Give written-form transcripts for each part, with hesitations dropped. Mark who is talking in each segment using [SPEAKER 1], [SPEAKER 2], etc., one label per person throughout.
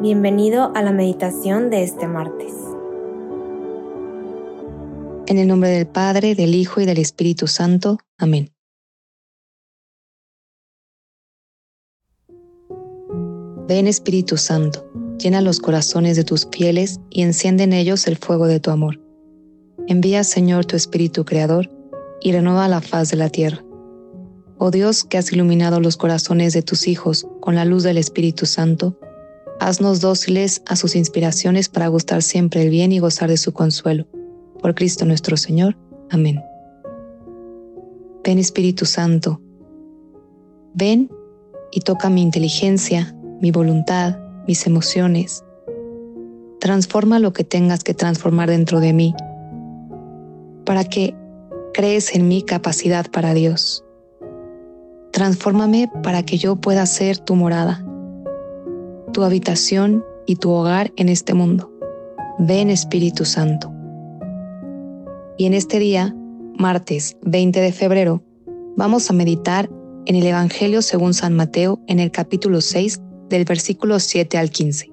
[SPEAKER 1] Bienvenido a la meditación de este martes.
[SPEAKER 2] En el nombre del Padre, del Hijo y del Espíritu Santo. Amén. Ven, Espíritu Santo, llena los corazones de tus fieles y enciende en ellos el fuego de tu amor. Envía, Señor, tu Espíritu Creador y renueva la faz de la tierra. Oh Dios, que has iluminado los corazones de tus hijos con la luz del Espíritu Santo, haznos dóciles a sus inspiraciones para gustar siempre el bien y gozar de su consuelo. Por Cristo nuestro Señor. Amén. Ven, Espíritu Santo. Ven y toca mi inteligencia, mi voluntad, mis emociones. Transforma lo que tengas que transformar dentro de mí, para que crees en mi capacidad para Dios. Transfórmame para que yo pueda ser tu morada, tu habitación y tu hogar en este mundo. Ven, Espíritu Santo. Y en este día, martes 20 de febrero, vamos a meditar en el Evangelio según San Mateo en el capítulo 6 del versículo 7 al 15.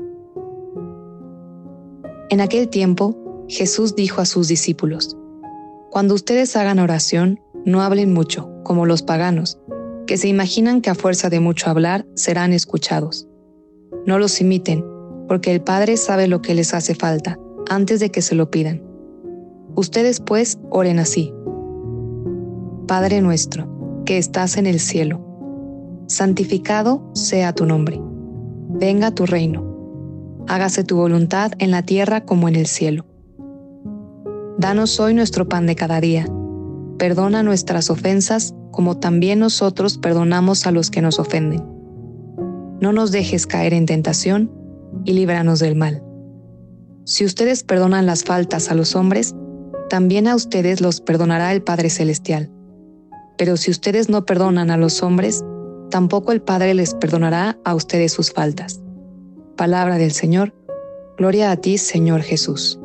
[SPEAKER 2] En aquel tiempo, Jesús dijo a sus discípulos: Cuando ustedes hagan oración, no hablen mucho, como los paganos, que se imaginan que a fuerza de mucho hablar serán escuchados. No los imiten, porque el Padre sabe lo que les hace falta, antes de que se lo pidan. Ustedes pues oren así: Padre nuestro, que estás en el cielo, santificado sea tu nombre. Venga tu reino. Hágase tu voluntad en la tierra como en el cielo. Danos hoy nuestro pan de cada día. Perdona nuestras ofensas, como también nosotros perdonamos a los que nos ofenden. No nos dejes caer en tentación, y líbranos del mal. Si ustedes perdonan las faltas a los hombres, también a ustedes los perdonará el Padre Celestial. Pero si ustedes no perdonan a los hombres, tampoco el Padre les perdonará a ustedes sus faltas. Palabra del Señor. Gloria a ti, Señor Jesús.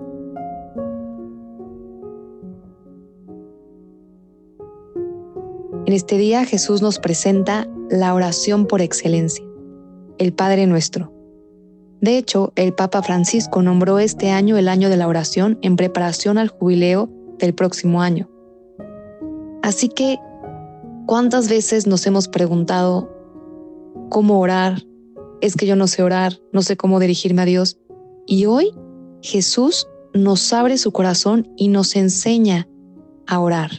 [SPEAKER 2] En este día Jesús nos presenta la oración por excelencia, el Padre Nuestro. De hecho, el Papa Francisco nombró este año el año de la oración en preparación al jubileo del próximo año. Así que, ¿cuántas veces nos hemos preguntado cómo orar? Es que yo no sé orar, no sé cómo dirigirme a Dios. Y hoy Jesús nos abre su corazón y nos enseña a orar.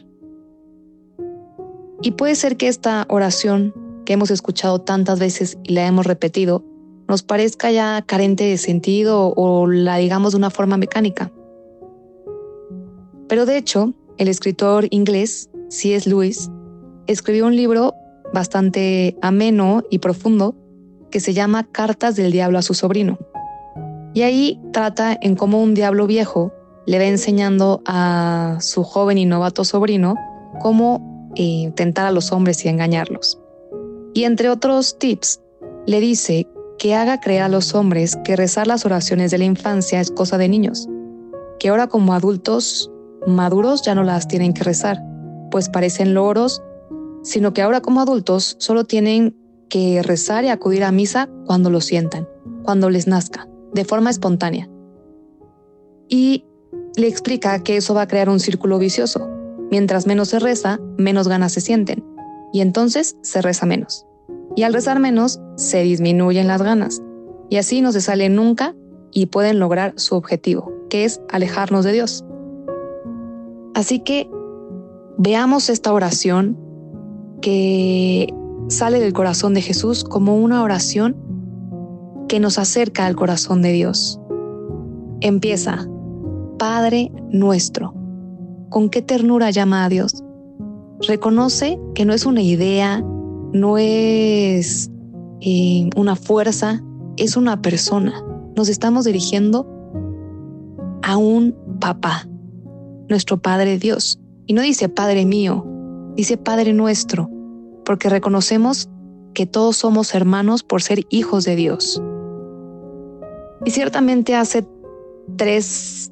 [SPEAKER 2] Y puede ser que esta oración que hemos escuchado tantas veces y la hemos repetido nos parezca ya carente de sentido o la digamos de una forma mecánica. Pero de hecho, el escritor inglés C.S. Lewis escribió un libro bastante ameno y profundo que se llama Cartas del Diablo a su sobrino. Y ahí trata en cómo un diablo viejo le va enseñando a su joven y novato sobrino cómo tentar a los hombres y engañarlos. Y entre otros tips, le dice que haga creer a los hombres que rezar las oraciones de la infancia es cosa de niños, que ahora como adultos maduros ya no las tienen que rezar, pues parecen loros, sino que ahora como adultos solo tienen que rezar y acudir a misa cuando lo sientan, cuando les nazca, de forma espontánea. Y le explica que eso va a crear un círculo vicioso. Mientras menos se reza, menos ganas se sienten, y entonces se reza menos. Y al rezar menos, se disminuyen las ganas, y así no se sale nunca y pueden lograr su objetivo, que es alejarnos de Dios. Así que veamos esta oración que sale del corazón de Jesús como una oración que nos acerca al corazón de Dios. Empieza: Padre nuestro. ¿Con qué ternura llama a Dios? Reconoce que no es una idea, no es una fuerza, es una persona. Nos estamos dirigiendo a un papá, nuestro Padre Dios. Y no dice Padre mío, dice Padre nuestro, porque reconocemos que todos somos hermanos por ser hijos de Dios. Y ciertamente hace tres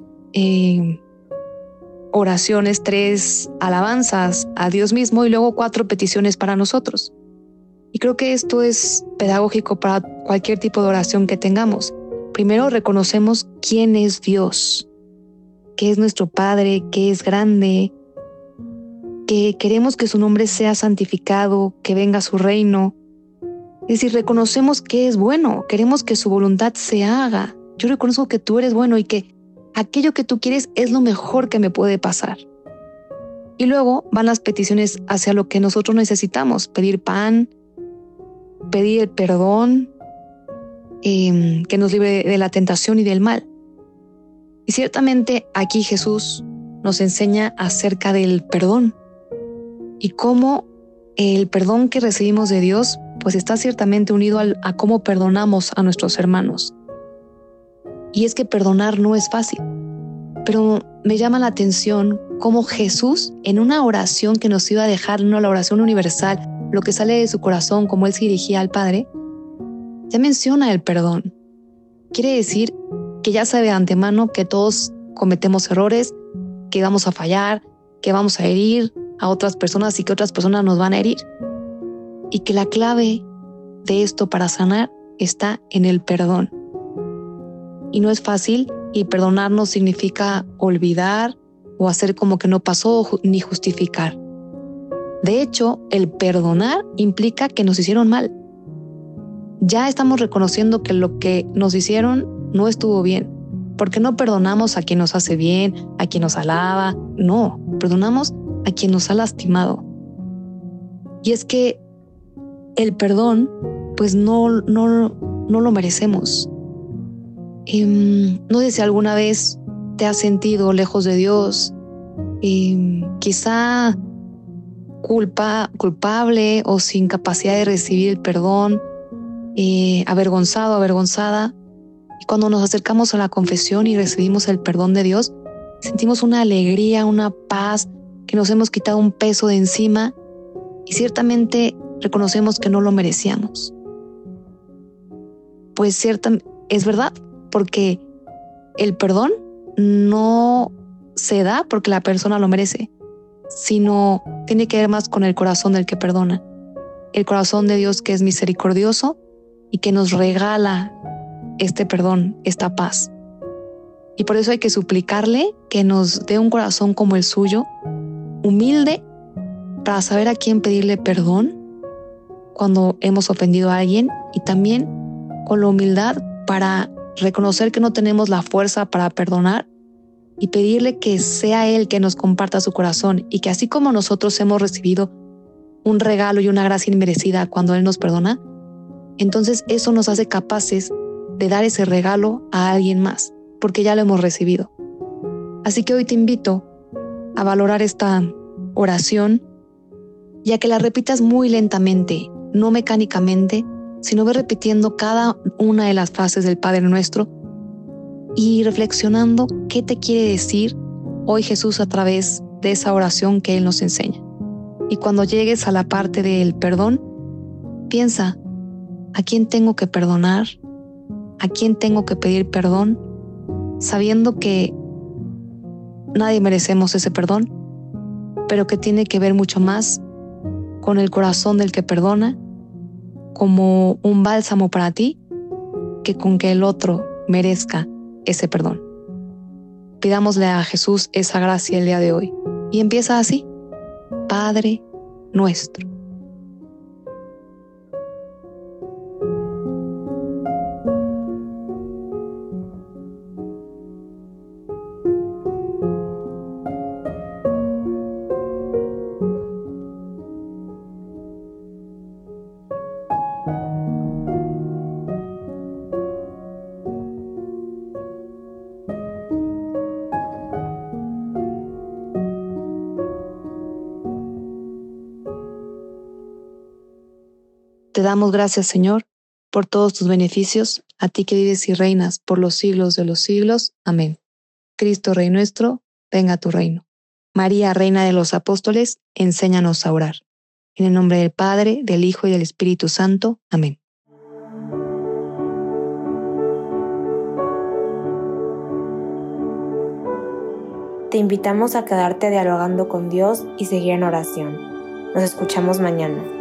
[SPEAKER 2] oraciones, 3 alabanzas a Dios mismo y luego 4 peticiones para nosotros. Y creo que esto es pedagógico para cualquier tipo de oración que tengamos. Primero reconocemos quién es Dios, que es nuestro Padre, que es grande, que queremos que su nombre sea santificado, que venga su reino. Es decir, reconocemos que es bueno, queremos que su voluntad se haga. Yo reconozco que tú eres bueno y que aquello que tú quieres es lo mejor que me puede pasar. Y luego van las peticiones hacia lo que nosotros necesitamos, pedir pan, pedir el perdón, que nos libre de la tentación y del mal. Y ciertamente aquí Jesús nos enseña acerca del perdón y cómo el perdón que recibimos de Dios pues está ciertamente unido a cómo perdonamos a nuestros hermanos. Y es que perdonar no es fácil, pero me llama la atención cómo Jesús, en una oración que nos iba a dejar, la oración universal, lo que sale de su corazón, como él se dirigía al Padre, ya menciona el perdón. Quiere decir que ya sabe de antemano que todos cometemos errores, que vamos a fallar, que vamos a herir a otras personas y que otras personas nos van a herir. Y que la clave de esto para sanar está en el perdón. Y no es fácil, y perdonar no significa olvidar o hacer como que no pasó ni justificar. De hecho, el perdonar implica que nos hicieron mal. Ya estamos reconociendo que lo que nos hicieron no estuvo bien, porque no perdonamos a quien nos hace bien, a quien nos alaba, no, perdonamos a quien nos ha lastimado. Y es que el perdón, pues no lo merecemos. No sé si alguna vez te has sentido lejos de Dios, quizá culpable o sin capacidad de recibir el perdón, avergonzado, avergonzada. Y cuando nos acercamos a la confesión y recibimos el perdón de Dios, sentimos una alegría, una paz, que nos hemos quitado un peso de encima y ciertamente reconocemos que no lo merecíamos. Pues ciertamente es verdad, porque el perdón no se da porque la persona lo merece, sino tiene que ver más con el corazón del que perdona. El corazón de Dios que es misericordioso y que nos regala este perdón, esta paz. Y por eso hay que suplicarle que nos dé un corazón como el suyo, humilde, para saber a quién pedirle perdón cuando hemos ofendido a alguien, y también con la humildad para reconocer que no tenemos la fuerza para perdonar y pedirle que sea Él que nos comparta su corazón, y que así como nosotros hemos recibido un regalo y una gracia inmerecida cuando Él nos perdona, entonces eso nos hace capaces de dar ese regalo a alguien más, porque ya lo hemos recibido. Así que hoy te invito a valorar esta oración y a que la repitas muy lentamente, no mecánicamente, sino ve repitiendo cada una de las frases del Padre Nuestro y reflexionando qué te quiere decir hoy Jesús a través de esa oración que Él nos enseña. Y cuando llegues a la parte del perdón, piensa, ¿a quién tengo que perdonar? ¿A quién tengo que pedir perdón? Sabiendo que nadie merecemos ese perdón, pero que tiene que ver mucho más con el corazón del que perdona, como un bálsamo para ti, que con que el otro merezca ese perdón. Pidámosle a Jesús esa gracia el día de hoy. Y empieza así: Padre nuestro. Te damos gracias, Señor, por todos tus beneficios, a ti que vives y reinas por los siglos de los siglos. Amén. Cristo, Rey nuestro, venga a tu reino. María, Reina de los Apóstoles, enséñanos a orar. En el nombre del Padre, del Hijo y del Espíritu Santo. Amén.
[SPEAKER 1] Te invitamos a quedarte dialogando con Dios y seguir en oración. Nos escuchamos mañana.